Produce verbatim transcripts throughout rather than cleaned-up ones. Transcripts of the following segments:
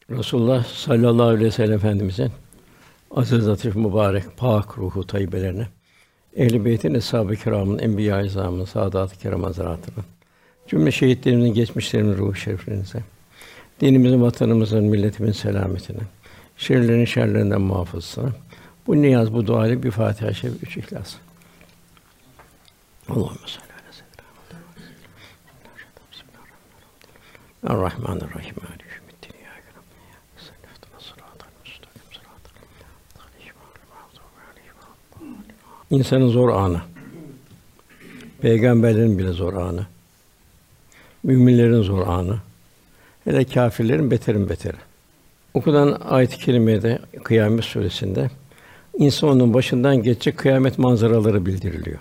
Resulullah sallallahu aleyhi ve sellem Efendimizin aziz, latif, mübarek, pak ruhu tayyibelerine, ehl-i beytin, eshab-ı kirâmın, enbiya-i izâmın, saadat-ı kirâm hazretlerine, cümle şehitlerimizin, geçmişlerimizin ruhu şeriflerinize, dinimizin, vatanımızın, milletimizin selametine, şerlerin şerlerinden muhafazasına, bu niyaz, bu dua ile bir Fatiha-i Şerif, üç İhlas. Allahümme salli ala seyyidina Muhammed. Bismillahirrahmanirrahim. İnsanın zor anı, peygamberlerin bile zor anı, müminlerin zor anı, hele kâfirlerin beterin beteri. Okunan ayet-i kerimede Kıyamet Sûresinde insanın başından geçecek kıyamet manzaraları bildiriliyor.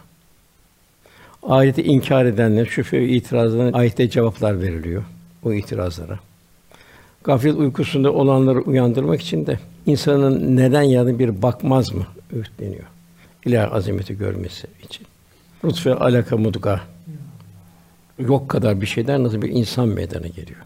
Ayeti inkar edenler, şüphe ve itirazlarına ayette cevaplar veriliyor o itirazlara. Gaflet uykusunda olanları uyandırmak için de insanın neden yarın bir bakmaz mı öğütleniyor. İlahi azameti görmesi için. Nutfe, alaka, mudga. Yok kadar bir şeyden nasıl bir insan meydana geliyor.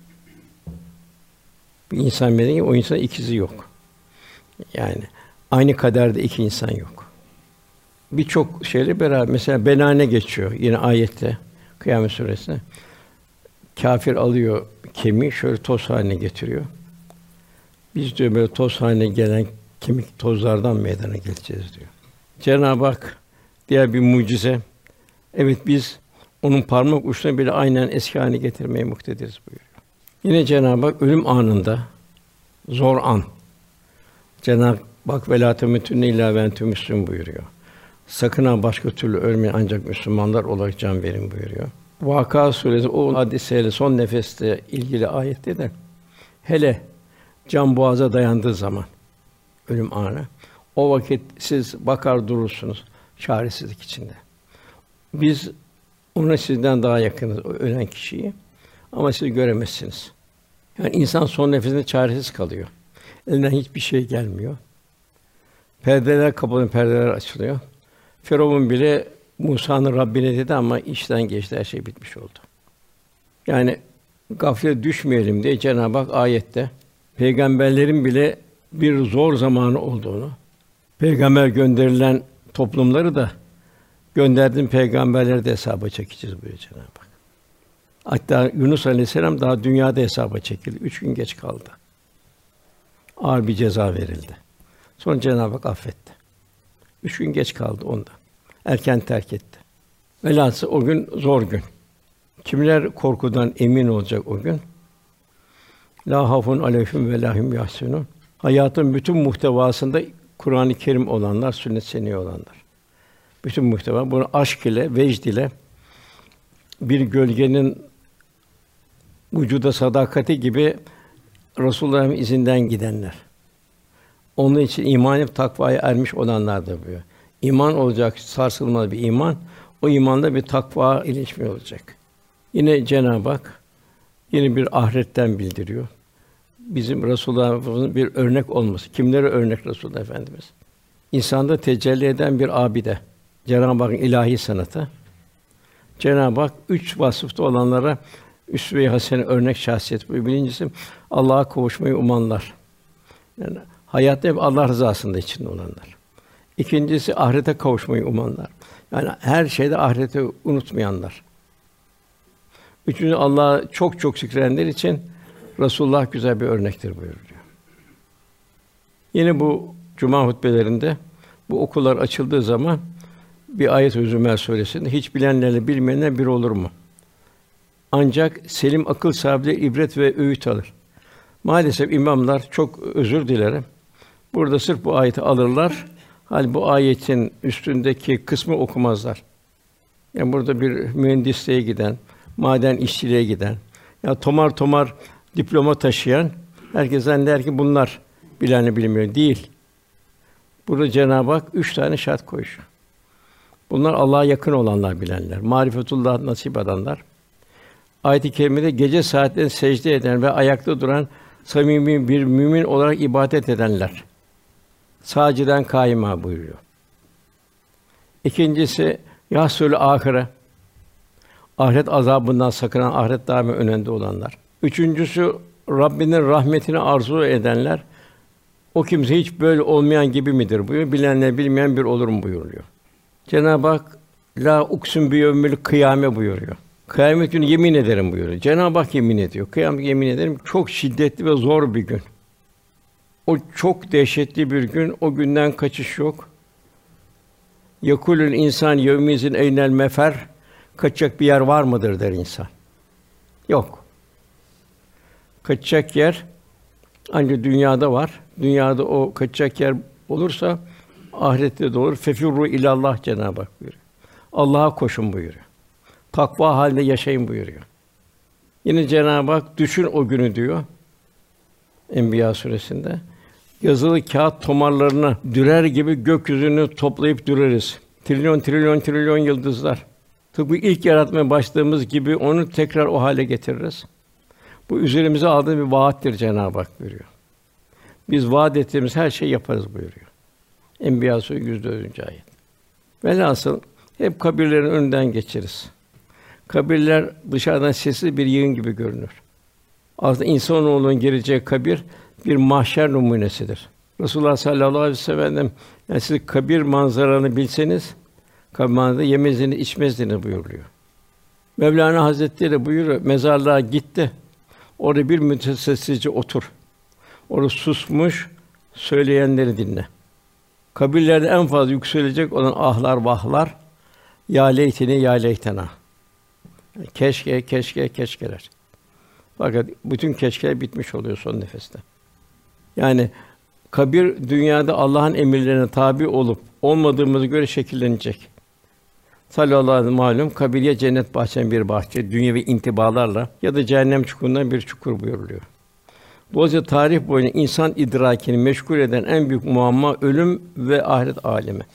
Bir insan meydana geliyor, o insan ikizi yok. Yani aynı kaderde iki insan yok. Birçok şeyle beraber mesela benane geçiyor yine ayette Kıyamet Sûresinde. Kâfir alıyor kemiği şöyle toz haline getiriyor. Biz diyor böyle toz haline gelen kemik tozlardan meydana geleceğiz diyor. Cenab-ı Hak diğer bir mucize. Evet biz onun parmak uçlarını bile aynen eski haline getirmeye muktediriz buyuruyor. Yine Cenab-ı Hak ölüm anında zor an. Cenab-ı Hak ve lâ temuttunne illâ ve entüm müslümûn buyuruyor. Sakın ha başka türlü ölmeyin ancak Müslümanlar olarak can verin buyuruyor. Vakıa Suresi o hadiseyle son nefeste ilgili ayette de hele can boğaza dayandığı zaman ölüm anı o vakit siz bakar durursunuz çaresizlik içinde. Biz ona sizden daha yakınız o ölen kişiyi ama siz göremezsiniz. Yani insan son nefesinde çaresiz kalıyor. Elinden hiçbir şey gelmiyor. Perdeler kapanıyor, perdeler açılıyor. Firavun bile Musa'nın Rabbine dedi ama işten geçti, her şey bitmiş oldu. Yani gaflete düşmeyelim diye Cenab-ı Hak ayette peygamberlerin bile bir zor zamanı olduğunu, peygamber gönderilen toplumları da gönderdiğim peygamberleri de hesaba çekeceğiz buyuruyor Cenab-ı Hak. Hatta Yunus Aleyhisselam daha dünyada hesaba çekildi. Üç gün geç kaldı. Ağır bir ceza verildi. Sonra Cenab-ı Hak affetti. Üç gün geç kaldı onda. Erken terk etti. Velhâsıl o gün zor gün. Kimler korkudan emin olacak o gün? Lâ hafun aleyhim ve lâ hum yahsunûn. Hayatın bütün muhtevasında Kur'an-ı Kerim olanlar, sünnet-i seniyye olanlar. Bütün muhteva bunu aşk ile, vecd ile bir gölgenin vücuda sadakati gibi Resulullah'ın izinden gidenler. Onun için iman edip takvaya ermiş olanlardır buyuruyor. İman olacak, sarsılmaz bir iman. O imanda bir takva ilişme olacak. Yine Cenab-ı Hak yine bir ahiretten bildiriyor. Bizim Resulullah'ın bir örnek olması. Kimlere örnek Resulullah Efendimiz? İnsanda tecelli eden bir abide. Cenab-ı Hakk'ın ilahi sanatı. Cenab-ı Hak üç vasıfta olanlara üsve-i hasene örnek şahsiyet buyuruyor. Birincisi Allah'a kavuşmayı umanlar. Yani hayatta hep Allah rızasında içinde olanlar. İkincisi ahirete kavuşmayı umanlar. Yani her şeyde ahireti unutmayanlar. Üçüncü Allah'a çok çok zikredenler için Resulullah güzel bir örnektir buyuruyor. Yine bu cuma hutbelerinde bu okullar açıldığı zaman bir ayet-i Zümer suresinde hiç bilenlerle bilmeyenler bir olur mu? Ancak selim akıl sahibi ibret ve öğüt alır. Maalesef imamlar çok özür dilerim. Burada sırf bu ayeti alırlar. Hâlbuki bu ayetin üstündeki kısmı okumazlar. Yani burada bir mühendisliğe giden, maden işçiliğe giden, ya tomar tomar diploma taşıyan herkes zanneder ki bunlar bileni bilmiyor. Değil. Burada Cenab-ı Hak üç tane şart koyuyor. Bunlar Allah'a yakın olanlar bilenler, marifetullah nasip edenler. Ayet-i kerimede gece saatlerinde secde eden ve ayakta duran samimi bir mümin olarak ibadet edenler. Sâciden kâima buyuruyor. İkincisi yahsûl âhire. Ahiret azabından sakınan, ahiret daimi önünde olanlar. Üçüncüsü Rabbinin rahmetini arzu edenler, o kimse hiç böyle olmayan gibi midir buyuruyor. Bilenler bilmeyen bir olur mu buyuruyor. Cenab-ı Hak la uksun bi yevmil kıyame buyuruyor. Kıyamet günü yemin ederim buyuruyor. Cenab-ı Hak yemin ediyor. Kıyamet yemin ederim çok şiddetli ve zor bir gün. O çok dehşetli bir gün. O günden kaçış yok. Yekulül insan yevmizin eynel mefer. Kaçacak bir yer var mıdır der insan. Yok. Kaçacak yer ancak dünyada var. Dünyada o kaçacak yer olursa ahirette de olur. Fefirru ilallah Cenab-ı Hak buyuruyor. Allah'a koşun buyuruyor. Takva halinde yaşayın buyuruyor. Yine Cenab-ı Hak düşün o günü diyor. Enbiya suresinde. Yazılı kağıt tomarlarını dürer gibi gökyüzünü toplayıp düreriz. Trilyon trilyon trilyon yıldızlar. Tıpkı ilk yaratmaya başladığımız gibi onu tekrar o hale getiririz. Bu üzerimize aldığı bir vaattir Cenab-ı Hak buyuruyor. Biz vaat ettiğimiz her şeyi yaparız buyuruyor. Enbiya suresi yüz dördüncü ayet. Velhasıl hep kabirlerin önünden geçeriz. Kabirler dışarıdan sessiz bir yığın gibi görünür. Aslında insanoğlunun gireceği kabir bir mahşer numunesidir. Resulullah sallallahu aleyhi ve sellem yani siz kabir manzaranı bilseniz kabir manzarasında yemezdiniz, içmezdiniz buyuruyor. Mevlana Hazretleri de buyuruyor, mezarlığa gitti. Orada bir müddet sessizce otur. Orada susmuş, söyleyenleri dinle. Kabirlerde en fazla yükselecek olan ahlar, vahlar, ya leyteni, ya leytena. Keşke, keşke, keşkeler. Fakat bütün keşkeler bitmiş oluyor son nefeste. Yani kabir dünyada Allah'ın emirlerine tabi olup olmadığımıza göre şekillenecek. Sallallahu aleyhi ve sellem malum kabir ya cennet bahçen bir bahçe, dünyevi intibalarla ya da cehennem çukurundan bir çukur buyuruluyor. Dolayısıyla tarih boyunca insan idrakini meşgul eden en büyük muamma ölüm ve ahiret alemi.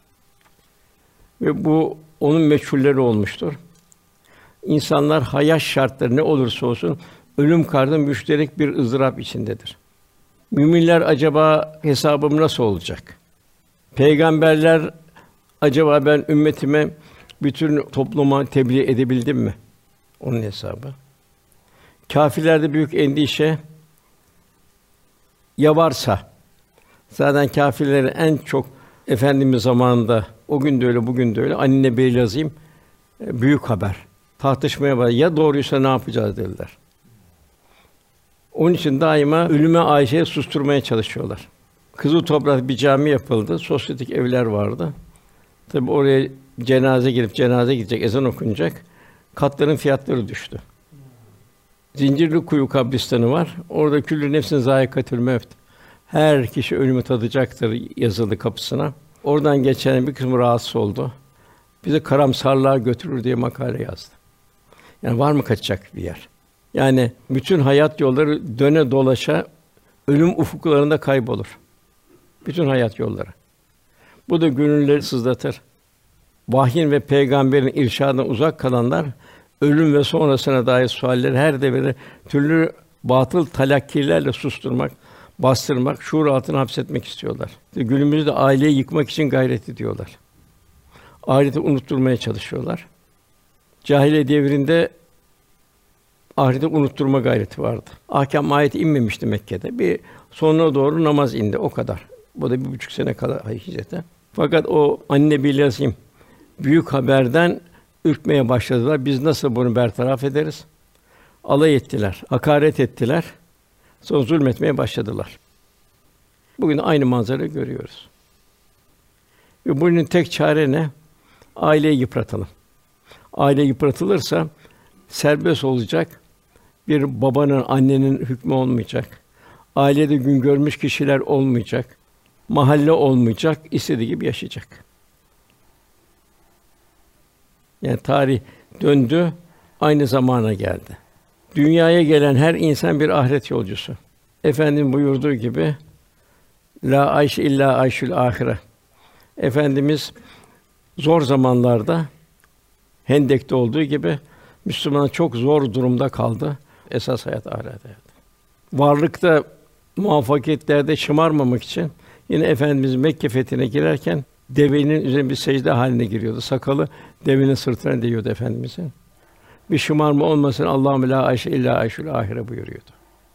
Ve bu onun meçhulleri olmuştur. İnsanlar hayat şartları ne olursa olsun ölüm karşısında müşterek bir ızdırap içindedir. Müminler acaba hesabım nasıl olacak? Peygamberler acaba ben ümmetime bütün topluma tebliğ edebildim mi? Onun hesabı. Kâfirlerde büyük endişe ya varsa zaten kâfirlerin en çok Efendimiz zamanında o gün de öyle bugün de öyle Anne Beylazim büyük haber. Tartışmaya var. Ya doğruysa ne yapacağız dediler. Onun için daima ölüme Ayşe'yi susturmaya çalışıyorlar. Kızıl Toprak bir cami yapıldı. Sosyetik evler vardı. Tabii oraya cenaze gelip cenaze gidecek, ezan okunacak. Katların fiyatları düştü. Zincirlikuyu kabristanı var. Orada küllü nefsin zâikatül mevt. Her kişi ölümü tadacaktır yazıldı kapısına. Oradan geçen bir kısmı rahatsız oldu. Bizi karamsarlığa götürür diye makale yazdı. Yani var mı kaçacak bir yer? Yani bütün hayat yolları döne dolaşa ölüm ufuklarında kaybolur. Bütün hayat yolları. Bu da gönülleri sızlatır. Vahyin ve peygamberin irşadından uzak kalanlar ölüm ve sonrasına dair sualleri her devirde türlü batıl talakkilerle susturmak, bastırmak, şuur altına hapsetmek istiyorlar. Günümüzde aileyi yıkmak için gayret ediyorlar. Ahireti unutturmaya çalışıyorlar. Cahiliye devrinde ahireti unutturma gayreti vardı. Ahkâm ayeti inmemişti Mekke'de. Bir sonuna doğru namaz indi o kadar. Bu da bir buçuk sene kala hicrete. Fakat o Anne Beylazim büyük haberden ürkmeye başladılar. Biz nasıl bunu bertaraf ederiz? Alay ettiler, hakaret ettiler. Sonra zulmetmeye başladılar. Bugün aynı manzarayı görüyoruz. Ve bunun tek çare ne? Aileyi yıpratalım. Aile yıpratılırsa serbest olacak bir babanın, annenin hükmü olmayacak. Ailede gün görmüş kişiler olmayacak. Mahalle olmayacak, istediği gibi yaşayacak. Yani tarih döndü, aynı zamana geldi. Dünyaya gelen her insan bir ahiret yolcusu. Efendim buyurduğu gibi la ayş illa ayşül ahire. Efendimiz zor zamanlarda Hendek'te olduğu gibi Müslüman çok zor durumda kaldı. Esas hayat ahiret hayatı. Varlıkta muvaffakiyetlerde şımarmamak için yine Efendimiz Mekke fethine girerken devenin üzerine bir secde haline giriyordu. Sakalı devenin sırtına değiyordu Efendimiz'in. Bir şımarma olmasın Allahümme la ayşe illa ayşül ahire buyuruyordu.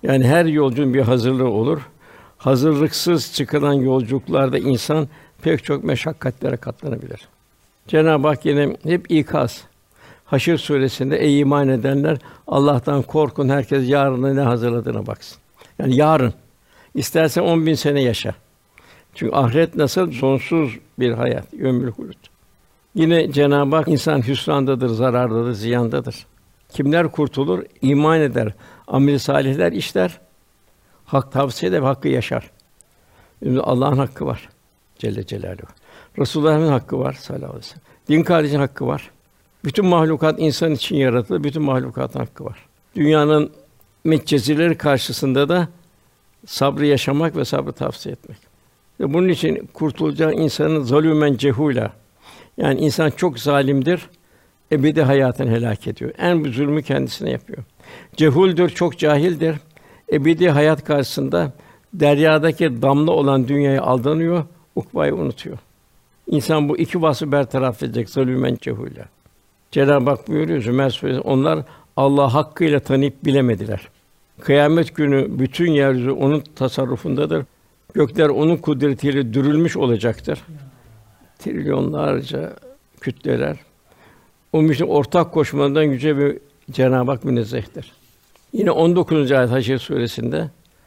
Yani her yolcunun bir hazırlığı olur. Hazırlıksız çıkılan yolculuklarda insan pek çok meşakkatlere katlanabilir. Cenab-ı Hak yine hep ikaz. Haşr suresinde ey iman edenler Allah'tan korkun, herkes yarına ne hazırladığına baksın. Yani yarın istersen on bin sene yaşa. Çünkü ahiret nasıl sonsuz bir hayat, ömür hulut. Yine Cenab-ı Hak insan hüsrandadır, zarardadır, ziyandadır. Kimler kurtulur? İman eder, amel-i salihler işler, hak tavsiye eder, hakkı yaşar. Allah'ın hakkı var Celle Celaluhu. Resulullah'ın hakkı var sallallahu aleyhi ve sellem. Din kardeşinin hakkı var. Bütün mahlukat insan için yaratıldı. Bütün mahlukatın hakkı var. Dünyanın metcezileri karşısında da sabrı yaşamak ve sabrı tavsiye etmek. Ve bunun için kurtulacağı insanın zalûmen cehûlâ. Yani insan çok zalimdir, ebedi hayatını helak ediyor. En büyük zulmü kendisine yapıyor. Cehuldür, çok cahildir. Ebedi hayat karşısında deryadaki damla olan dünyaya aldanıyor, ukbayı unutuyor. İnsan bu iki vasfı bertaraf edecek zalûmen cehûlâ. Cenab-ı Hak buyuruyor Zümer Suresi, onlar Allah hakkıyla tanıyıp bilemediler. Kıyamet günü bütün yeryüzü onun tasarrufundadır. Gökler onun kudretiyle dürülmüş olacaktır. Trilyonlarca kütleler. O için ortak koşmadan yüce bir Cenab-ı Hak münezzehtir. Yine on dokuzuncu ayet Haşr suresinde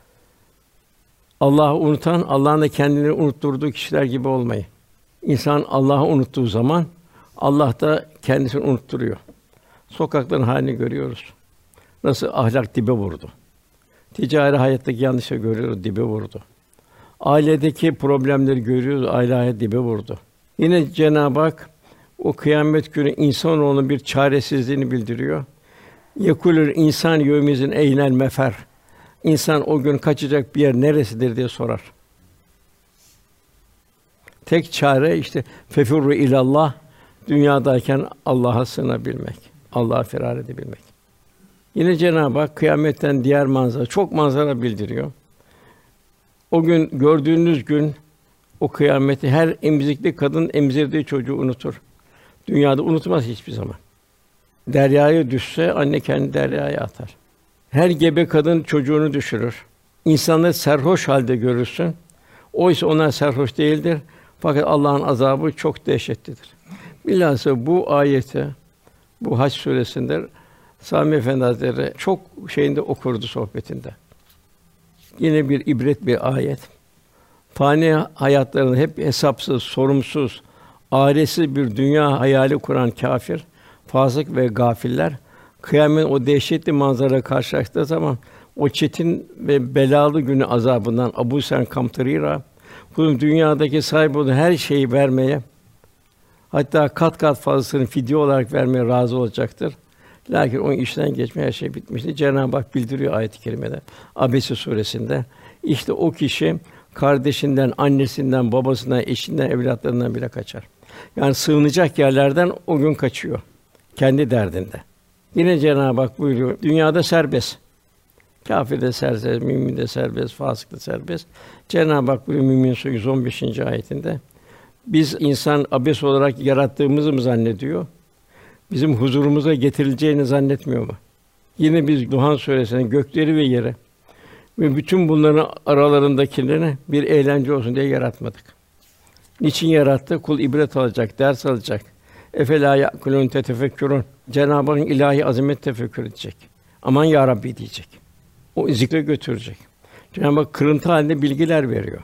Allah'ı unutan, Allah'ın da kendilerini unutturduğu kişiler gibi olmayın. İnsan Allah'ı unuttuğu zaman Allah da kendisini unutturuyor. Sokakların halini görüyoruz. Nasıl ahlak dibe vurdu. Ticari hayattaki yanlışları görüyoruz, dibe vurdu. Ailedeki problemleri görüyoruz, aile hayat dibe vurdu. Yine Cenab-ı Hak o kıyamet günü insanoğlunun bir çaresizliğini bildiriyor. Yekulül insan yevmizin eynel mefer. İnsan o gün kaçacak bir yer neresidir diye sorar. Tek çare işte fefirru ilallah, dünyadayken Allah'a sığınabilmek, Allah'a firar edebilmek. Yine Cenab-ı Hak kıyametten diğer manzara, çok manzara bildiriyor. O gün gördüğünüz gün o kıyameti her emzikli kadın emzirdiği çocuğu unutur. Dünyada unutmaz hiçbir zaman. Deryaya düşse anne kendi deryaya atar. Her gebe kadın çocuğunu düşürür. İnsanları serhoş halde görürsün. Oysa onlar serhoş değildir. Fakat Allah'ın azabı çok dehşetlidir. Bilhassa bu ayeti, bu Hac suresinde Sami Efendi Hazretleri çok şeyinde okurdu sohbetinde. Yine bir ibret bir ayet. Fani hayatlarını hep hesapsız, sorumsuz, ailesiz bir dünya hayali kuran kâfir, fasık ve gafiller kıyametin o dehşetli manzara karşılaştığı zaman o çetin ve belalı günü azabından Abu Sen Kamtarira bu dünyadaki sahip olduğu her şeyi vermeye, hatta kat kat fazlasını fidye olarak vermeye razı olacaktır. Lakin o işten geçme her şey bitmişti. Cenab-ı Hak bildiriyor ayet-i kerimede Abese suresinde. İşte o kişi kardeşinden, annesinden, babasından, eşinden, evlatlarından bile kaçar. Yani sığınacak yerlerden o gün kaçıyor. Kendi derdinde. Yine Cenab-ı Hak buyuruyor. Dünyada serbest. Kâfir de serbest, mümin de serbest, fasık da serbest. Cenab-ı Hak buyuruyor Mümin Suresi yüz on beşinci ayetinde. Biz insan abes olarak yarattığımızı mı zannediyor? Bizim huzurumuza getirileceğini zannetmiyor mu? Yine biz Duhan Suresi'nde gökleri ve yeri ve bütün bunların aralarındakilerini bir eğlence olsun diye yaratmadık. Niçin yarattı? Kul ibret alacak, ders alacak. Efela ya'kulun tetefekkürün. Cenab-ı Hakk'ın ilahi azamet tefekkür edecek. Aman ya Rabbi diyecek. O zikre götürecek. Cenab-ı Hak kırıntı halinde bilgiler veriyor.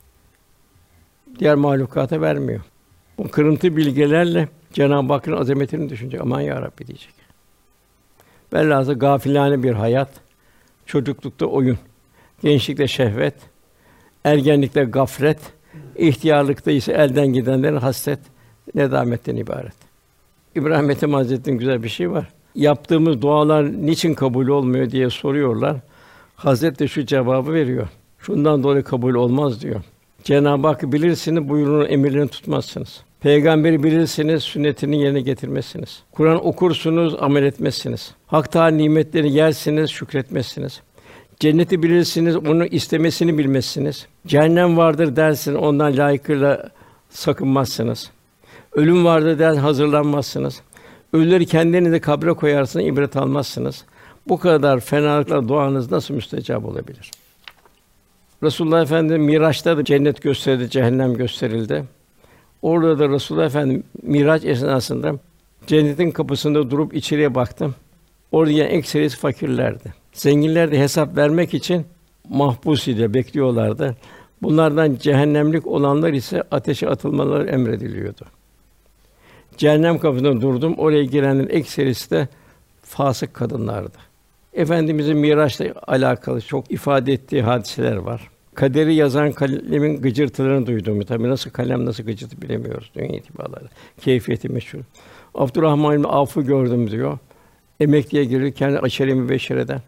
Diğer mahlukata vermiyor. O kırıntı bilgilerle Cenab-ı Hakk'ın azametini düşünecek. Aman ya Rabbi diyecek. Velhâsıl gafilane bir hayat, çocuklukta oyun, gençlikte şehvet, ergenlikte gaflet, ihtiyarlıkta ise elden gidenlerin hasret, nedametten ibaret. İbrahim Ethem Hazretleri'nin güzel bir şey var. Yaptığımız dualar niçin kabul olmuyor diye soruyorlar. Hazret de şu cevabı veriyor. Şundan dolayı kabul olmaz diyor. Cenab-ı Hakk'ı bilirsiniz, buyruğunun emirlerini tutmazsınız. Peygamberi bilirsiniz, sünnetini yerine getirmezsiniz. Kur'an okursunuz, amel etmezsiniz. Hak Teâlâ nimetlerini yersiniz, şükretmezsiniz. Cenneti bilirsiniz, onu istemesini bilmezsiniz. Cehennem vardır dersiniz, ondan layıkıyla sakınmazsınız. Ölüm vardır der hazırlanmazsınız. Ölüleri kendinizi kabre koyarsınız, ibret almazsınız. Bu kadar fenalıkla duanız nasıl müstecab olabilir? Resulullah Efendimiz Miraç'ta da cennet gösterildi, cehennem gösterildi. Orada da Resulullah Efendimiz Miraç esnasında cennetin kapısında durup içeriye baktım. Orada yine ekserisi fakirlerdi. Zenginler de hesap vermek için mahpus idi, bekliyorlardı. Bunlardan cehennemlik olanlar ise ateşe atılmaları emrediliyordu. Cehennem kapısında durdum. Oraya girenlerin ekserisi de fasık kadınlardı. Efendimizin Miraç'la alakalı çok ifade ettiği hadiseler var. Kaderi yazan kalemin gıcırtılarını duydum. Tabii nasıl kalem nasıl gıcırtı bilemiyoruz dünya itibarıyla. Keyfiyeti meşhur. Abdurrahman İbn Avf'ı gördüm diyor. Emekliye girirken aşere-i mübeşşereden.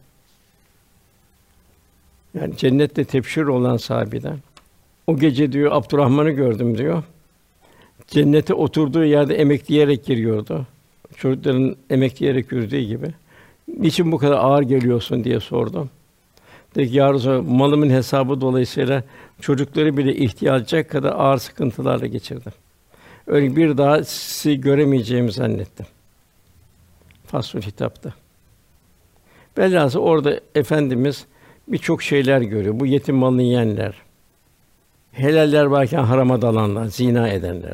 Yani cennette tebşir olan sahabeden. O gece diyor Abdurrahman'ı gördüm diyor. Cennete oturduğu yerde emekleyerek giriyordu. Çocukların emekleyerek yürüdüğü gibi. Niçin bu kadar ağır geliyorsun diye sordum. Dedi ki, ya Resulallah, malımın hesabı dolayısıyla çocukları bile ihtiyacak kadar ağır sıkıntılarla geçirdim. Öyle bir daha sizi göremeyeceğimi zannettim. Fasl-ül Hitap'ta. Velhâsıl orada Efendimiz birçok şeyler görüyor. Bu yetim malını yiyenler, helaller varken harama dalanlar, zina edenler.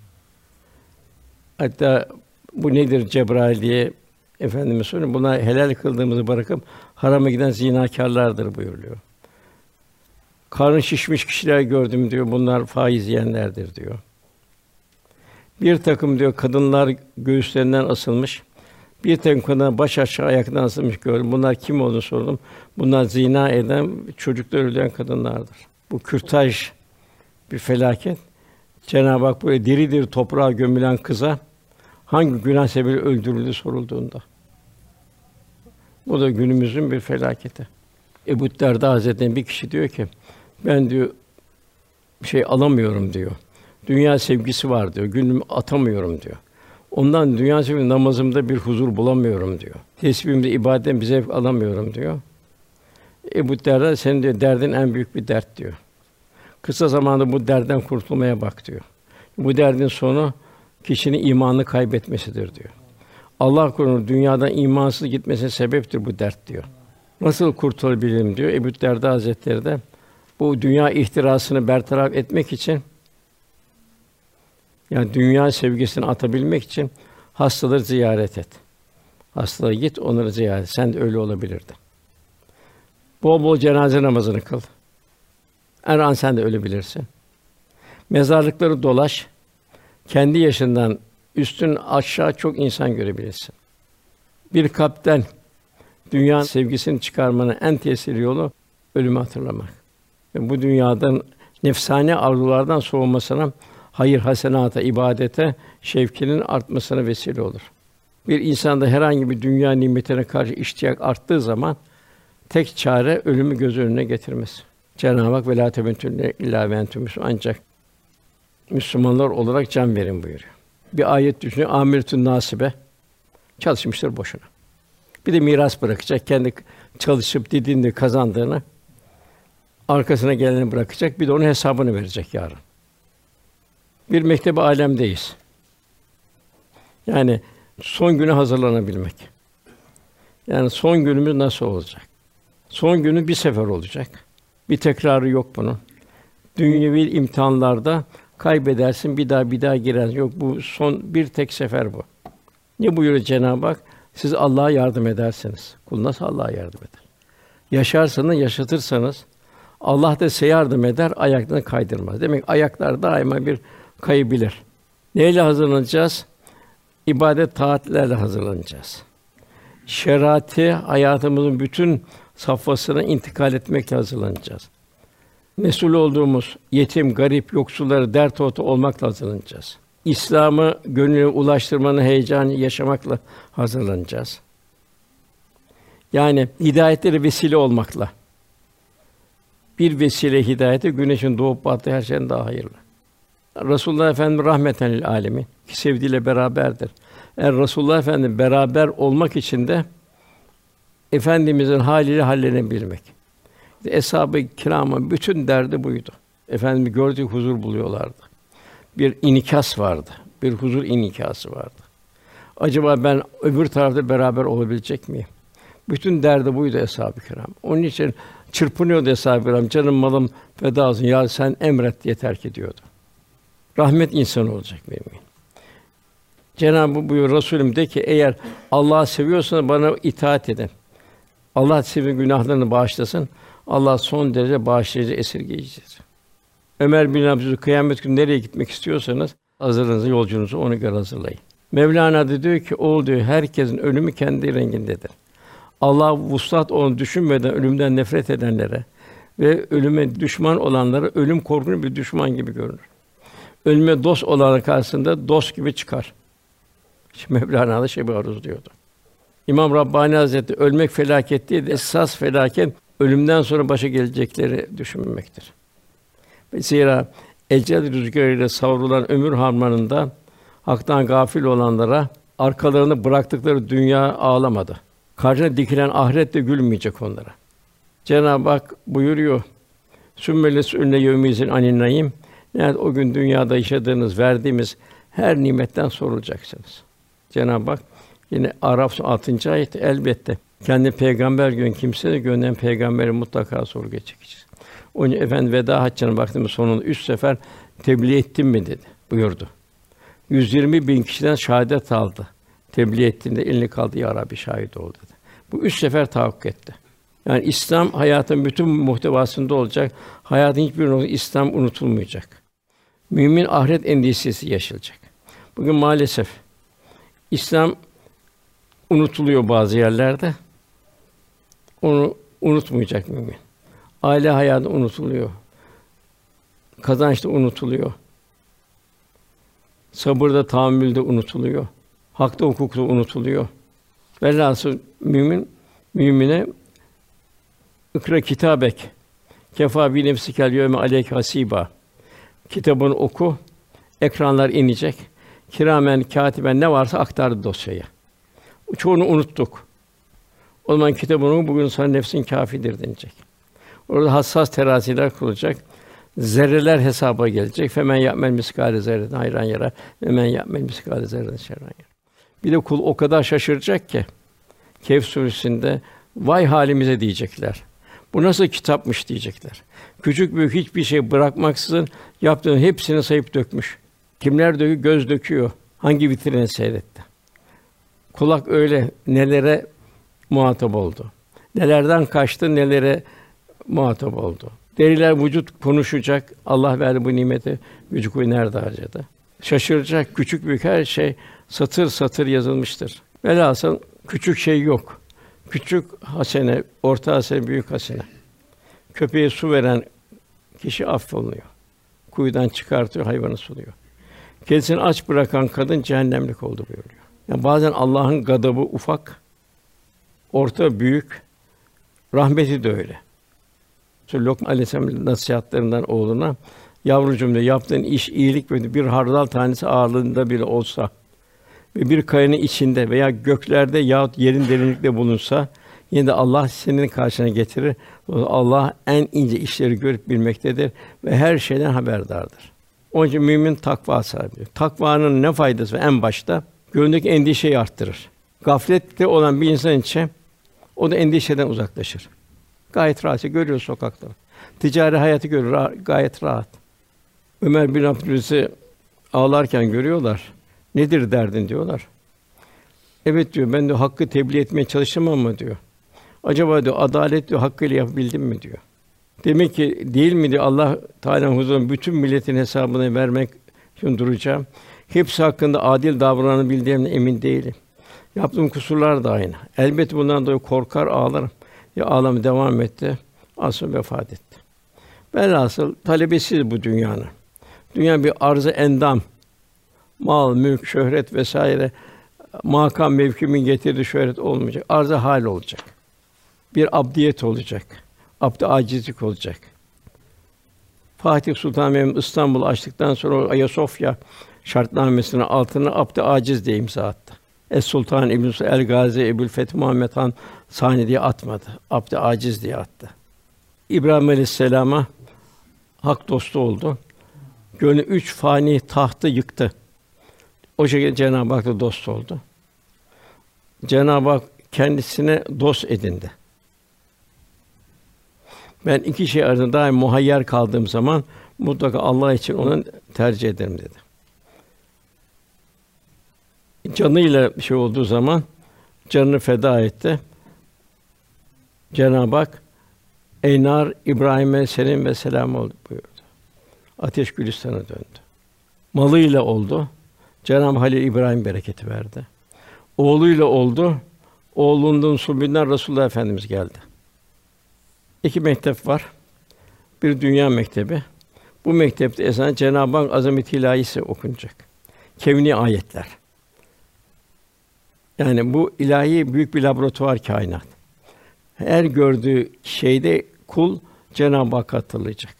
Hatta bu nedir Cebrail diye Efendimiz soruyor. Buna helal kıldığımızı bırakıp harama giden zinakârlardır buyuruyor. Karnı şişmiş kişiler gördüm diyor. Bunlar faiz yiyenlerdir diyor. Bir takım diyor kadınlar göğüslerinden asılmış. Bir takım kadınlar baş aşağı ayaktan asılmış gördüm. Bunlar kim olduğunu sordum. Bunlar zina eden, çocuklar öldüren kadınlardır. Bu kürtaj bir felaket. Cenab-ı Hak böyle diri diri toprağa gömülen kıza hangi günah sebebiyle öldürüldü sorulduğunda. Bu da günümüzün bir felaketi. Ebu Derda Hazretleri'nin bir kişi diyor ki, ben diyor bir şey alamıyorum diyor. Dünya sevgisi var diyor. Günümü atamıyorum diyor. Ondan dünya sevgisi namazımda bir huzur bulamıyorum diyor. Tesbihimde, ibadetimde bir zevk alamıyorum diyor. Ebu Derda, senin diyor derdin en büyük bir dert diyor. Kısa zamanda bu dertten kurtulmaya bak diyor. Bu derdin sonu kişinin imanını kaybetmesidir diyor. Allah korusun, dünyadan imansız gitmesine sebeptir bu dert diyor. Nasıl kurtulabilirim diyor. Ebu Derda Hazretleri de bu dünya ihtirasını bertaraf etmek için, yani dünya sevgisini atabilmek için hastaları ziyaret et. Hastalara git, onları ziyaret et. Sen de öyle olabilirdin. Bol bol cenaze namazını kıl. Her an sen de ölebilirsin. Mezarlıkları dolaş. Kendi yaşından üstün aşağı çok insan görebilirsin. Bir kalpten dünya sevgisini çıkarmanın en tesirli yolu ölümü hatırlamak. Ve bu dünyadan nefsani arzulardan soğumasına, hayır hasenata, ibadete şevkinin artmasına vesile olur. Bir insanda herhangi bir dünya nimetine karşı iştiyak arttığı zaman tek çare ölümü göz önüne getirmesi. Cenab-ı Hak velâ temuttunne illâ ve entüm müslümûn, ancak Müslümanlar olarak can verin buyuruyor. Bir ayet düşünün, âmiletün nâsibe, çalışmıştır boşuna. Bir de miras bırakacak, kendi çalışıp didindi kazandığını arkasına geleni bırakacak, bir de onun hesabını verecek yarın. Bir mektep-i âlemdeyiz. Yani son güne hazırlanabilmek. Yani son günümüz nasıl olacak? Son günü bir sefer olacak. Bir tekrarı yok bunun. Dünyevi imtihanlarda kaybedersin, bir daha bir daha girersin. Yok, bu son bir tek sefer bu. Ne buyuruyor Cenab-ı Hak? Siz Allah'a yardım edersiniz. Kul nasıl Allah'a yardım eder? Yaşarsanız, yaşatırsanız Allah da size yardım eder, ayaklarını kaydırmaz. Demek ayaklar daima bir kayabilir. Neyle hazırlanacağız? İbadet, taatlerle hazırlanacağız. Şerati hayatımızın bütün safhasına intikal etmekle hazırlanacağız. Mesul olduğumuz yetim, garip, yoksullara dert ortağı olmakla hazırlanacağız. İslam'ı gönlüne ulaştırmanın heyecanı yaşamakla hazırlanacağız. Yani hidayetlere vesile olmakla. Bir vesile hidayete, güneşin doğup battığı her şeyden daha hayırlı. Resulullah Efendimiz rahmeten lil âlemin, ki sevdiğiyle beraberdir. Eğer Resulullah Efendimiz beraber olmak için de Efendimizin haliyle hallenebilmek. Eshab-ı Kirâm'ın bütün derdi buydu. Efendimiz gördüğü huzur buluyorlardı. Bir inikas vardı. Bir huzur inikası vardı. Acaba ben öbür tarafta beraber olabilecek miyim? Bütün derdi buydu eshab-ı kiram. Onun için çırpınıyordu eshab-ı kiram. Canım malım feda olsun. Ya sen emret diye terk ediyordu. Rahmet insanı olacak mümin. Cenab-ı buyuruyor, Resulüm de ki eğer Allah'ı seviyorsanız bana itaat edin. Allah sizin günahlarını bağışlasın. Allah son derece bağışlayıcı, esirgeyicidir. Ömer bin Abdülaziz kıyamet günü nereye gitmek istiyorsanız hazırlığınızı, yolculuğunuzu ona göre hazırlayın. Mevlana da diyor ki oğul diyor herkesin ölümü kendi rengindedir. Allah vuslat onu düşünmeden ölümden nefret edenlere ve ölüme düşman olanlara ölüm korkunç bir düşman gibi görünür. Ölüme dost olanlar karşısında dost gibi çıkar. Şimdi Mevlana da şey aruz diyordu. İmam Rabbani Hazretleri ölmek felaket değil, esas felaket ölümden sonra başa gelecekleri düşünmemektir. Zira ecel rüzgarıyla savrulan ömür harmanında haktan gafil olanlara arkalarını bıraktıkları dünya ağlamadı. Karşına dikilen ahiret de gülmeyecek onlara. Cenab-ı Hak buyuruyor: "Sümmeles ünne yevmizin anin naim." Yani o gün dünyada yaşadığınız, verdiğimiz her nimetten sorulacaksınız. Cenab-ı Hak yine Araf altıncı ayet elbette kendi peygamber gün kimse de gönderen peygamberi mutlaka sorguya çekeceğiz. Onun için Efendi veda haccına baktığımız sonunda üç sefer tebliğ ettim mi dedi buyurdu. yüz yirmi bin kişiden şahadet aldı. Tebliğ ettiğinde elini kaldı ya Rabbi şahit ol dedi. Bu üç sefer tahakkuk etti. Yani İslam hayatın bütün muhtevasında olacak. Hayatın hiçbir noktasında İslam unutulmayacak. Mümin ahiret endişesi yaşayacak. Bugün maalesef İslam unutuluyor bazı yerlerde. Onu unutmayacak mümin. Aile hayatı unutuluyor. Kazanç da unutuluyor. Sabırda, tahammülde unutuluyor. Hakta, hukukta unutuluyor. Velhâsıl mümin mümine ikra kitabek kefâ bi nefsikel yevme aleyke hasîbâ. Kitabını oku, ekranlar inecek. Kiramen kâtiben ne varsa aktardı dosyaya. Çoğunu unuttuk. O zaman kitabını bugün sana nefsin kâfidir denilecek. Orada hassas teraziler kurulacak. Zerreler hesaba gelecek. Femen ya'mel miskâle zerreten hayran yara ve men ya'mel miskâle zerreten şerran yara. Bir de kul o kadar şaşıracak ki Kehf suresinde vay halimize diyecekler. Bu nasıl kitapmış diyecekler. Küçük büyük hiçbir şey bırakmaksızın yaptığının hepsini sayıp dökmüş. Kimler döküyor? Göz döküyor. Hangi vitrine seyretti? Kulak öyle nelere muhatap oldu. Nelerden kaçtı, nelere muhatap oldu. Deriler vücut konuşacak. Allah verdi bu nimeti. Gücü kuvveti nerede harcadı? Şaşıracak. Küçük büyük her şey satır satır yazılmıştır. Velhasıl küçük şey yok. Küçük hasene, orta hasene, büyük hasene. Köpeğe su veren kişi affolunuyor. Kuyudan çıkartıyor, hayvanı suluyor. Kendisini aç bırakan kadın cehennemlik oldu buyuruyor. Yani bazen Allah'ın gadabı ufak, orta büyük, rahmeti de öyle. Lokman Aleyhisselam'ın nasihatlarından oğluna, yavrucuğum diyor, yaptığın iş iyilik ve bir hardal tanesi ağırlığında bile olsa ve bir kayanın içinde veya göklerde yahut yerin derinlikte bulunsa, yine de Allah senin karşına getirir. Allah en ince işleri görüp bilmektedir ve her şeyden haberdardır. Onun için mümin takva sahibidir. Takvanın ne faydası? En başta gönlündeki endişeyi arttırır. Gaflette olan bir insan için o da endişeden uzaklaşır. Gayet rahat görüyor sokakta. Ticari hayatı görüyor gayet rahat. Ömer bin Abdülaziz'i ağlarken görüyorlar. Nedir derdin diyorlar. Evet diyor. Ben de hakkı tebliğ etmeye çalıştım ama diyor. Acaba diyor adalet diyor hakkıyla yapabildim mi diyor. Demek ki değil mi diyor Allah Teala'nın huzurunda bütün milletin hesabını vermek için duracağım. Hepsi hakkında adil davranabildiğimden emin değilim. Yaptığım kusurlar da aynı. Elbette bundan dolayı korkar ağlarım. Ya ağlamaya devam etti. Asıl vefat etti. Velhasıl talebesiz bu dünyanın. Dünya bir arz-ı endam, mal, mülk, şöhret vesaire makam mevkimin getirdiği şöhret olmayacak. Arz-ı hal olacak. Bir abdiyet olacak. Abd-ı acizlik olacak. Fatih Sultan Mehmed İstanbul'u açtıktan sonra Ayasofya şartnamesinin altına abd-ı aciz diye imza attı. Es Sultan İbn el Gazi Ebu'l-Feth Muhammed Han Sani diye atmadı. Abd-ı aciz diye attı. İbrahim Aleyhisselam'a hak dostu oldu. Gönlü üç fani tahtı yıktı. O şekilde Cenab-ı Hak'la dost oldu. Cenab-ı Hak kendisine dost edindi. Ben iki şey arasında daim muhayyer kaldığım zaman mutlaka Allah için onu tercih ederim dedi. Canıyla bir şey olduğu zaman canını feda etti. Cenab-ı Hak "Ey nar, İbrahim'e selam ve selam oldu" buyurdu. Ateş Gülistan'a döndü. Malıyla oldu. Cenab-ı Halil İbrahim bereketi verdi. Oğluyla oldu. Oğlunun sulbünden Resulullah Efendimiz geldi. İki mektep var. Bir dünya mektebi. Bu mektepte esasen Cenab-ı Hak azamet-i ilahisi okunacak. Kevni ayetler. Yani bu ilahi büyük bir laboratuvar kainat. Her gördüğü şeyde kul Cenab-ı Hakk'ı hatırlayacak.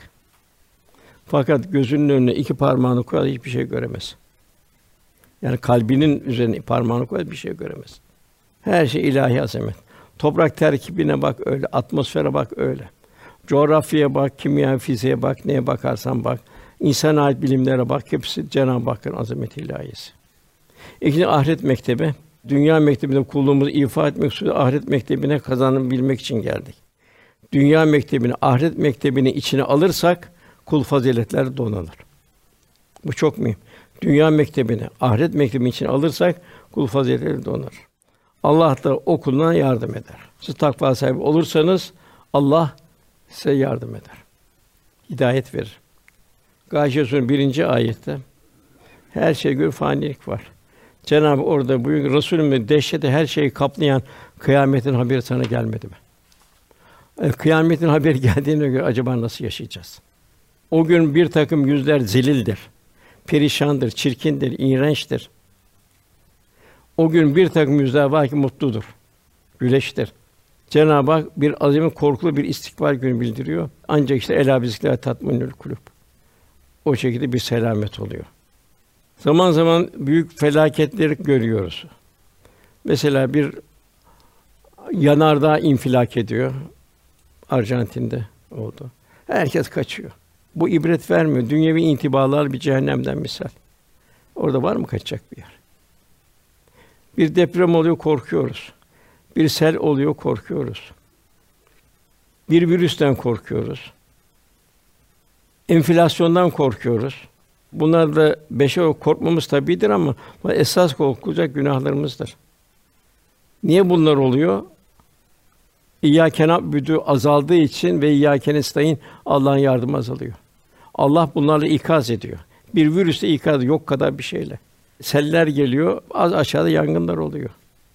Fakat gözünün önüne iki parmağını koyar hiçbir şey göremez. Yani kalbinin üzerine parmağını koyar bir şey göremez. Her şey ilahi azamet. Toprak terkibine bak öyle, atmosfere bak öyle. Coğrafyaya bak, kimya, fiziğe bak, neye bakarsan bak. İnsana ait bilimlere bak, hepsi Cenab-ı Hakk'ın azameti ilahisi. İkinci ahiret mektebi. Dünya mektebinde kulluğumuzu ifa etmek için ahiret mektebine kazanabilmek için geldik. Dünya mektebini, ahiret mektebini içine alırsak kul faziletler donanır. Bu çok mühim. Dünya mektebini, ahiret mektebini içine alırsak kul faziletleri donar. Allah da o kuluna yardım eder. Siz takva sahibi olursanız Allah size yardım eder. Hidayet verir. Gâşiye Sûresi'nin birinci ayette her şeye göre fanilik var. Cenab-ı Hak orada buyuruyor, Resulüm dehşeti her şeyi kaplayan kıyametin haberi sana gelmedi mi? E, kıyametin haberi geldiğine göre acaba nasıl yaşayacağız? O gün bir takım yüzler zelildir, perişandır, çirkindir, iğrençtir. O gün bir takım yüzler var ki mutludur, güleştir. Cenab-ı Hak bir azim korkulu bir istikbal günü bildiriyor. Ancak işte elâ bizikre tatmaînnül kulûb. O şekilde bir selamet oluyor. Zaman zaman büyük felaketleri görüyoruz. Mesela bir yanardağ infilak ediyor. Arjantin'de oldu. Herkes kaçıyor. Bu ibret vermiyor. Dünyevi intibalar bir cehennemden misal. Orada var mı kaçacak bir yer? Bir deprem oluyor, korkuyoruz. Bir sel oluyor, korkuyoruz. Bir virüsten korkuyoruz. Enflasyondan korkuyoruz. Bunlar da beşer korkmamız tabiidir ama esas korkulacak günahlarımızdır. Niye bunlar oluyor? İyyâke na'budu azaldığı için ve İyyâke nestaîn Allah'ın yardımı azalıyor. Allah bunlarla ikaz ediyor. Bir virüsle ikaz yok kadar bir şeyle. Seller geliyor, az aşağıda yangınlar oluyor.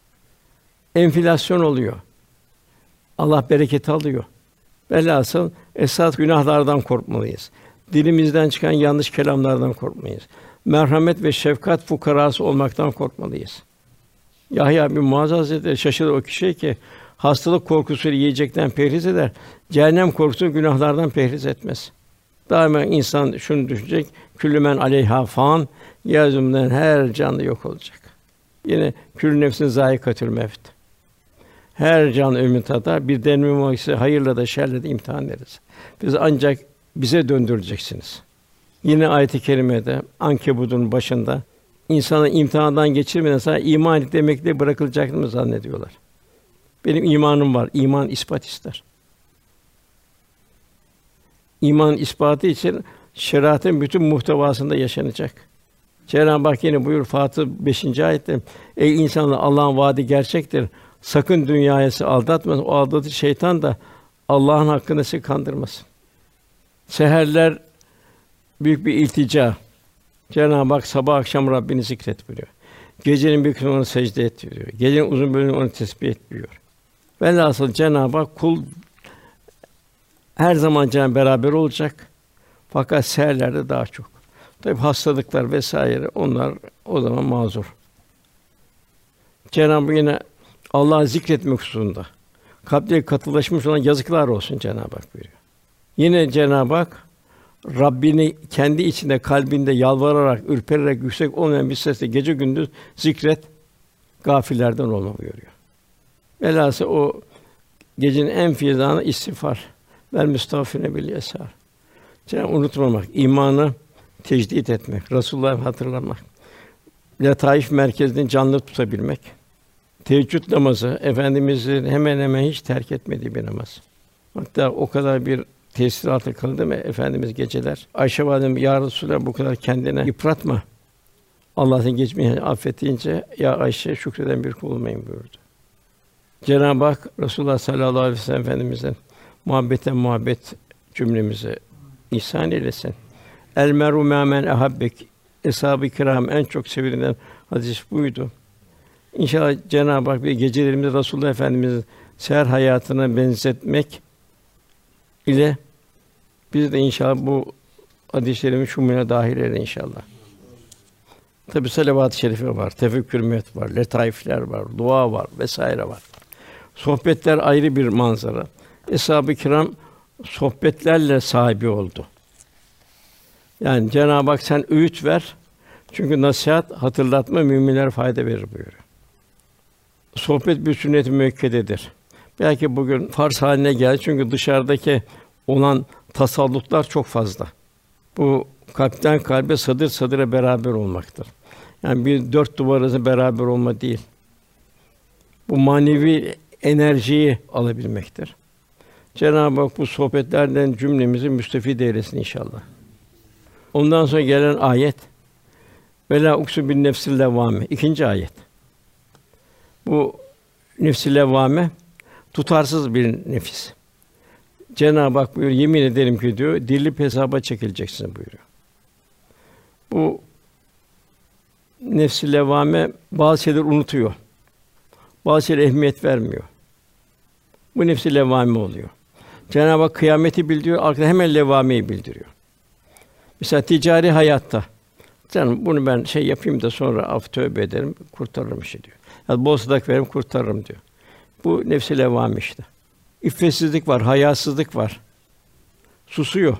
Enflasyon oluyor. Allah bereket alıyor. Velhasıl esas günahlardan korkmalıyız. Dilimizden çıkan yanlış kelamlardan korkmayız. Merhamet ve şefkat fukarası olmaktan korkmalıyız. Yahya bin Muaz Hazretleri şaşırır o kişiye ki hastalık korkusuyla yiyecekten perhiz eder, cehennem korkusu günahlardan perhiz etmez. Daima insan şunu düşünecek: küllü men aleyhâ fân, yeryüzünden her canlı yok olacak. Yine küllü nefsin zâikatül mevt. Her can ölümü tadar. Bir deneyim olursa hayırla da şerle de imtihan ederiz. Biz ancak bize döndürüleceksiniz. Yine ayet-i kerimede Ankebut'un başında insanı imtihandan geçirmeden sonra iman et demekle bırakılacaklarını zannediyorlar. Benim imanım var. İman ispat ister. İman ispatı için şeriatın bütün muhtevasında yaşanacak. Cenab-ı Hak yine buyur Fatır beşinci ayette: Ey insanlar, Allah'ın vaadi gerçektir. Sakın dünyaya sizi aldatmasın. O aldatıcı şeytan da Allah'ın hakkını sizi kandırmasın. Seherler büyük bir iltica. Cenab-ı Hak sabah akşam Rabbini zikret buyuruyor. Gecenin bir kısmını ona secde et buyuruyor. Gecenin uzun bölümünü ona tesbih et buyuruyor. Velhasıl Cenab-ı Hak kul her zaman Cenab-ı beraber olacak. Fakat seherlerde daha çok. Tabii hastalıklar vesaire onlar o zaman mazur. Cenab-ı Hak yine Allah'ı zikretmek hususunda kalpleri katılaşmış olan yazıklar olsun Cenab-ı Hak buyuruyor. Yine Cenab-ı Hak Rabbini kendi içinde kalbinde yalvararak, ürpererek yüksek olmayan bir sesle gece gündüz zikret, gafillerden olma buyuruyor. Velhâsıl o gecenin en fizanı istiğfar. Vel müstağfirine bil yesâr. Cenab-ı unutmamak, imanı tecdid etmek, Resulullah'ı hatırlamak, letaif merkezini canlı tutabilmek. Teheccüd namazı Efendimizin hemen hemen hiç terk etmediği bir namaz. Hatta o kadar bir tesir altında kaldı mı Efendimiz geceler Ayşe validem ya Resulallah bu kadar kendine yıpratma. Allah seni geçmişini affettiğince ya Ayşe şükreden bir kul olmayın buyurdu. Cenab-ı Hak Resulullah sallallahu aleyhi ve sellem Efendimizin muhabbete muhabbet cümlemizi ihsan eylesin. El meru men ehabbek. Eshab-ı kiram en çok sevilen hadis buydu. İnşallah Cenab-ı Hak bir gecelerimizi Resulullah Efendimizin seher hayatına benzetmek ile biz de inşallah bu hadis-i şumuna dâhil eder inşallah. Tabi salavat-ı şerife var, tefekkür met var, letaifler var, dua var vesaire var. Sohbetler ayrı bir manzara. Eshab-ı kiram sohbetlerle sahibi oldu. Yani Cenab-ı Hak sen öğüt ver. Çünkü nasihat, hatırlatma müminlere fayda verir buyuruyor. Sohbet bir sünnet-i müekkededir. Belki bugün farz haline geldi çünkü dışarıdaki olan tasallutlar çok fazla. Bu kalpten kalbe, sadır sadıra beraber olmaktır. Yani bir dört duvar arasında beraber olma değil. Bu manevi enerjiyi alabilmektir. Cenab-ı Hak bu sohbetlerden cümlemizi müstefid eylesin inşallah. Ondan sonra gelen ayet Vela uksu bin nefsil levvame. İkinci ayet. Bu nefs-i levvame tutarsız bir nefis. Cenab-ı Hak buyuruyor, yemin ederim ki diyor, dirilip hesaba çekileceksin buyuruyor. Bu nefs-i levvame bazı şeyler unutuyor. Bazı şeylere ehemmiyet vermiyor. Bu nefs-i levvame oluyor. Cenab-ı Hak kıyameti bildiriyor, arkada hemen levvameyi bildiriyor. Mesela ticari hayatta canım bunu ben şey yapayım da sonra af tövbe ederim, kurtarırım işi diyor. Ya bol sadaka veririm, kurtarırım diyor. Bu nefs-i levvame işte. İffetsizlik var, hayasızlık var. Susuyor.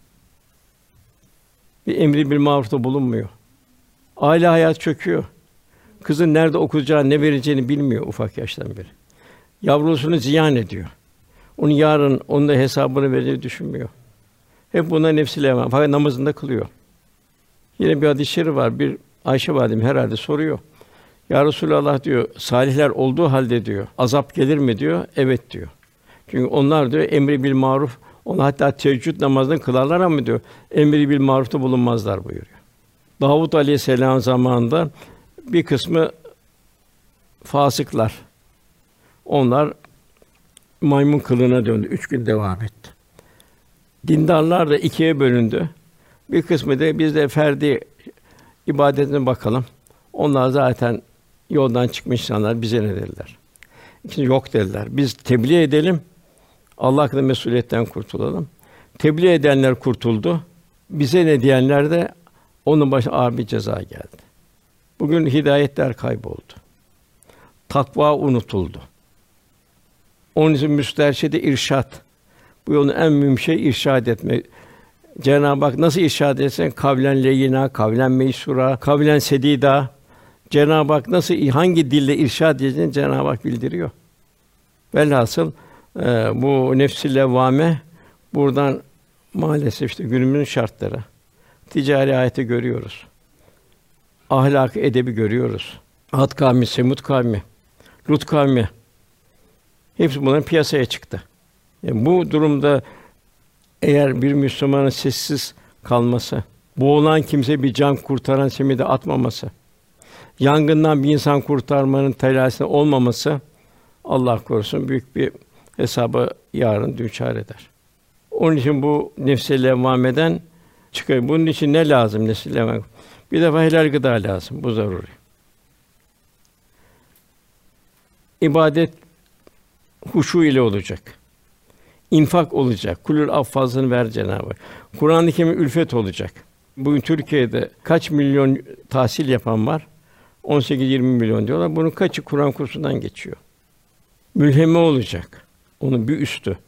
Bir emri bil marufta bulunmuyor. Aile hayat çöküyor. Kızın nerede okuyacağını, ne vereceğini bilmiyor ufak yaştan beri. Yavrusunu ziyan ediyor. Onun yarın onun da hesabını vereceğini düşünmüyor. Hep buna nefs-i levvame. Fakat namazında kılıyor. Yine bir hadis-i şerif var. Bir Ayşe validem herhalde soruyor. Ya Resulallah diyor, salihler olduğu halde diyor, azap gelir mi diyor? Evet diyor. Çünkü onlar diyor emri bil maruf, onlar hatta teheccüd namazını kılarlar ama diyor emri bil marufta bulunmazlar buyuruyor. Davud Aleyhisselam zamanında bir kısmı fasıklar. Onlar maymun kılığına döndü. Üç gün devam etti. Dindarlar da ikiye bölündü. Bir kısmı da biz de ferdi ibadetine bakalım. Onlar zaten yoldan çıkmış insanlar, bize ne dediler? İkinci yok dediler. Biz tebliğ edelim. Allah hakkında mesuliyetten kurtulalım. Tebliğ edenler kurtuldu. Bize ne diyenler de onun başına ağır bir ceza geldi. Bugün hidayetler kayboldu. Takva unutuldu. Onun için müsterşide irşad. Bu yolun en mühim şey irşad etmek. Cenab-ı Hak nasıl irşad etsen kavlen leyina, kavlen meysura, kavlen sedida. Cenab-ı Hak nasıl hangi dille irşad edeceğini Cenab-ı Hak bildiriyor. Velhasıl e, bu nefs-i levvame buradan maalesef işte günümüzün şartları. Ticari hayatı görüyoruz. Ahlak edebi görüyoruz. Ad kavmi, Semud kavmi, Lut kavmi hepsi bunların piyasaya çıktı. Yani bu durumda eğer bir Müslümanın sessiz kalması, boğulan kimse bir can kurtaran simidi atmaması, yangından bir insan kurtarmanın telaşında olmaması, Allah korusun büyük bir hesaba yarın düçar eder. Onun için bu nefs-i levvameden çıkıyor. Bunun için ne lazım nefs-i levvame? Bir defa helal gıda lazım, bu zaruri. İbadet huşu ile olacak. İnfak olacak. Kulül affazını ver Cenab-ı Hak. Kur'an-ı Kerim ülfet olacak. Bugün Türkiye'de kaç milyon tahsil yapan var? on sekiz yirmi milyon diyorlar. Bunun kaçı Kur'an kursundan geçiyor? Mülheme olacak. Onun bir üstü.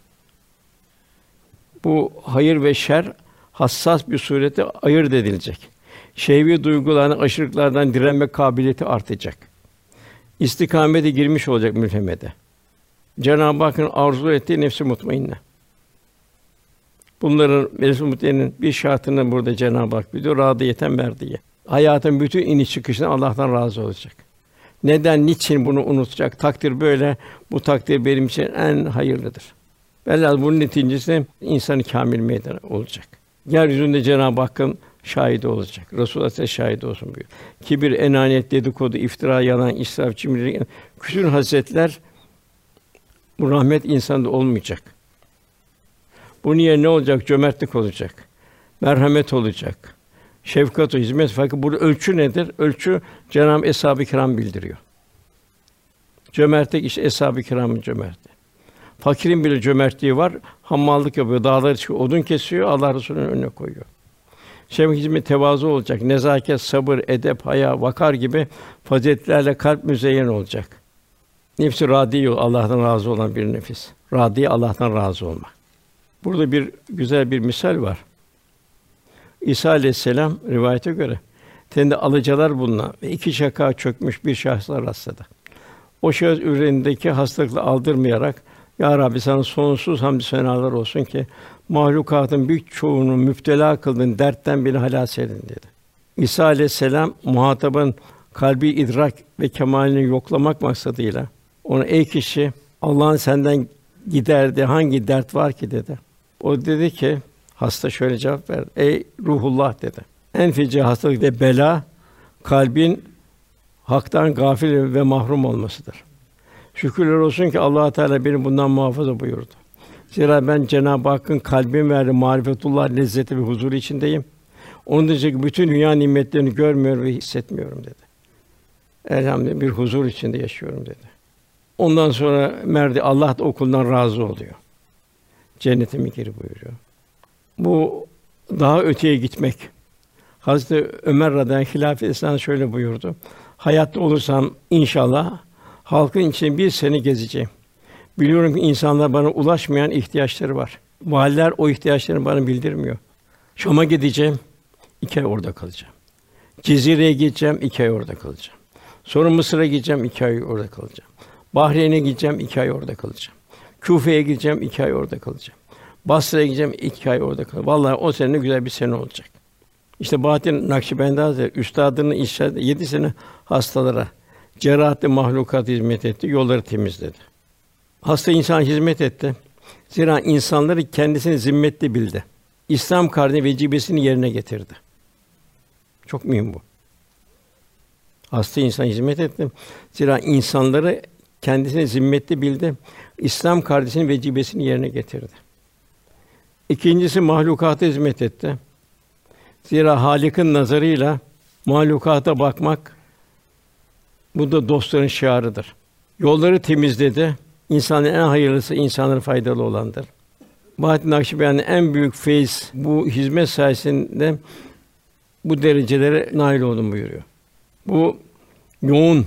Bu hayır ve şer hassas bir surette ayırt edilecek. Şehvi duyguların aşırılıklardan direnme kabiliyeti artacak. İstikamete girmiş olacak mülhemede. Cenab-ı Hakk'ın arzu ettiği nefs-i mutmainne. Bunların nefs-i mutmainnenin bir şartını burada Cenab-ı Hak biliyor. Radiyeten merdiye. Hayatın bütün iniş çıkışında Allah'tan razı olacak. Neden, niçin bunu unutacak? Takdir böyle, bu takdir benim için en hayırlıdır. Velhâsıl bunun neticesi insanı kâmil meydana olacak. Yeryüzünde Cenab-ı Hakk'ın şahidi olacak. Resulullah size şahit olsun buyuruyor. Kibir, enaniyet, dedikodu, iftira, yalan, israf, cimrilik, küçük hasetler bu rahmet insanda olmayacak. Bunun yerine ne olacak? Cömertlik olacak. Merhamet olacak. Şefkat, hizmet. Fakat burada ölçü nedir? Ölçü Cenab-ı Eshab-ı Kiram bildiriyor. Cömertlik işte Eshab-ı Kiram'ın cömertliği. Fakirin bile cömertliği var. Hammallık yapıyor, dağları çıkıyor, odun kesiyor, Allah Resulü'nün önüne koyuyor. Şefkat, hizmet, tevazu olacak. Nezaket, sabır, edep, haya, vakar gibi faziletlerle kalp müzeyyen olacak. Nefsi râdî, Allah'tan razı olan bir nefis. Râdî, Allah'tan razı olmak. Burada bir güzel bir misal var. İsa aleyhisselam rivayete göre teninde alıcalar bulunan ve iki şaka çökmüş bir şahsa rastladı. O şahıs üzerindeki hastalıkla aldırmayarak Ya Rabbi sana sonsuz hamdü senalar olsun ki mahlukatın büyük çoğunu müptela kıldın, dertten beni halas edin dedi. İsa aleyhisselam muhatabın kalbi idrak ve kemalini yoklamak maksadıyla ona ey kişi Allah'ın senden giderdi hangi dert var ki dedi. O dedi ki hasta şöyle cevap verdi. Ey ruhullah dedi. En feci hastalık ve bela kalbin haktan gafil ve mahrum olmasıdır. Şükürler olsun ki Allah Teala beni bundan muhafaza buyurdu. Zira ben Cenab-ı Hakk'ın kalbime verdiği marifetullah lezzeti ve huzuru içindeyim. Onun dışındaki bütün dünya nimetlerini görmüyor ve hissetmiyorum dedi. Elhamdülillah bir huzur içinde yaşıyorum dedi. Ondan sonra merdi Allah da o kulundan razı oluyor. Cennetime gir buyuruyor. Bu daha öteye gitmek. Hazreti Ömer radıyallahu anh hilafet esnasında şöyle buyurdu. Hayatta olursam inşallah halkın içinde bir sene gezeceğim. Biliyorum ki insanlar bana ulaşmayan ihtiyaçları var. Valiler o ihtiyaçlarını bana bildirmiyor. Şam'a gideceğim, iki ay orada kalacağım. Cezire'ye gideceğim, iki ay orada kalacağım. Sonra Mısır'a gideceğim, iki ay orada kalacağım. Bahreyn'e gideceğim, iki ay orada kalacağım. Küfe'ye gideceğim, iki ay orada kalacağım. Basra'ya gideceğim, iki ay orada kalacağım. Vallahi o sene güzel bir sene olacak. İşte Bahattin Nakşibendi Hazretleri üstadının irşad yedi sene hastalara cerrahat ve mahlukat hizmet etti, yolları temizledi. Hasta insan hizmet etti. Zira insanları kendisini zimmetli bildi. İslam kardine vecibesini yerine getirdi. Çok mühim bu. Hasta insan hizmet etti. Zira insanları kendisini zimmetli bildi. İslam kardeşinin vecibesini yerine getirdi. İkincisi mahlukata hizmet etti. Zira Halik'in nazarıyla mahlukata bakmak bu da dostların şiarıdır. Yolları temizledi. İnsanın en hayırlısı insanlara faydalı olandır. Bahattin Nakşibendi'nin en büyük feyiz bu hizmet sayesinde bu derecelere nail oldum buyuruyor. Bu yoğun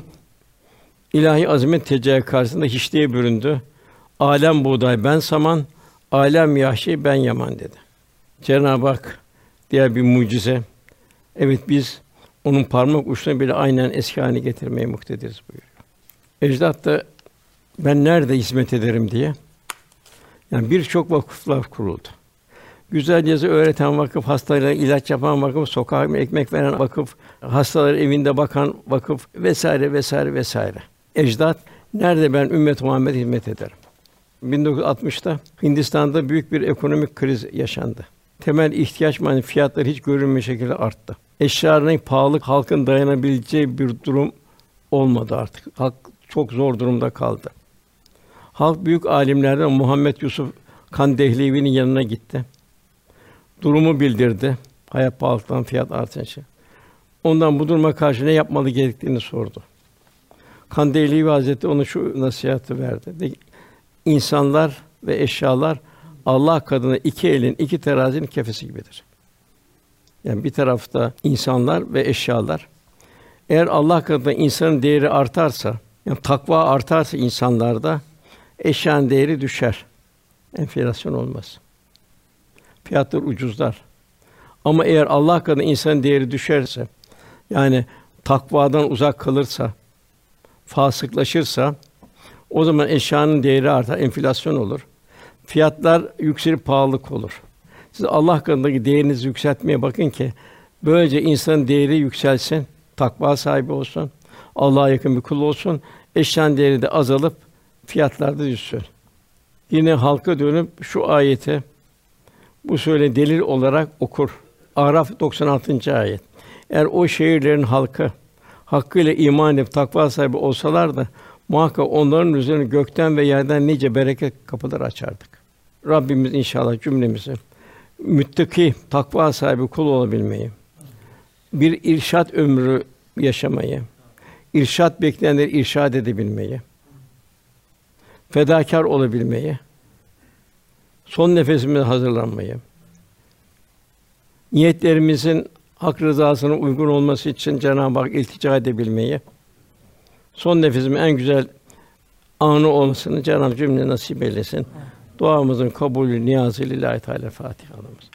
ilahi azamet tecelli karşısında hiçliğe büründü. Alem buğday ben saman, alem yahşi ben yaman dedi. Cenab-ı Hak diğer bir mucize. Evet biz onun parmak uçlarına bile aynen eski haline getirmeye muktediriz buyuruyor. Ecdat da ben nerede hizmet ederim diye yani birçok vakıflar kuruldu. Güzel yazı öğreten vakıf, hastalara ilaç yapan vakıf, sokağa ekmek veren vakıf, hastalara evinde bakan vakıf vesaire vesaire vesaire. Ecdat nerede ben ümmet Muhammed hizmet ederim? bin dokuz yüz altmışta Hindistan'da büyük bir ekonomik kriz yaşandı. Temel ihtiyaç maddi fiyatları hiç görülmemiş şekilde arttı. Eşyaların pahalı, halkın dayanabileceği bir durum olmadı artık. Halk çok zor durumda kaldı. Halk büyük alimlerden Muhammed Yusuf Kandehlevi'nin yanına gitti. Durumu bildirdi. Hayat pahalılıktan fiyat artışı. Ondan bu duruma karşı ne yapmalı gerektiğini sordu. Kandehlevi Hazretleri ona şu nasihatı verdi. De, İnsanlar ve eşyalar Allah katında iki elin, iki terazinin kefesi gibidir. Yani bir tarafta insanlar ve eşyalar. Eğer Allah katında insanın değeri artarsa, yani takva artarsa insanlarda eşyanın değeri düşer. Enflasyon olmaz. Fiyatlar ucuzlar. Ama eğer Allah katında insanın değeri düşerse, yani takvadan uzak kalırsa, fasıklaşırsa, o zaman eşyanın değeri artar, enflasyon olur. Fiyatlar yükselip pahalılık olur. Siz Allah katındaki değerinizi yükseltmeye bakın ki böylece insanın değeri yükselsin, takva sahibi olsun. Allah'a yakın bir kul olsun. Eşyanın değeri de azalıp fiyatlarda düşsün. Yine halka dönüp şu ayeti bu söyle delil olarak okur. Araf doksan altıncı ayet. Eğer o şehirlerin halkı hakkıyla iman edip takva sahibi olsalar da muhakkak onların üzerine gökten ve yerden nice bereket kapıları açardık. Rabbimiz inşallah cümlemizi müttaki, takva sahibi kul olabilmeyi, bir irşad ömrü yaşamayı, irşad bekleyenleri irşad edebilmeyi, fedakâr olabilmeyi, son nefesimize hazırlanmayı, niyetlerimizin hak rızasına uygun olması için Cenab-ı Hak iltica edebilmeyi, son nefesimin en güzel anı olmasını Cenab-ı Hak cümle nasip eylesin. Duamızın kabulü niyazı lillahi teâlâ Fâtiha.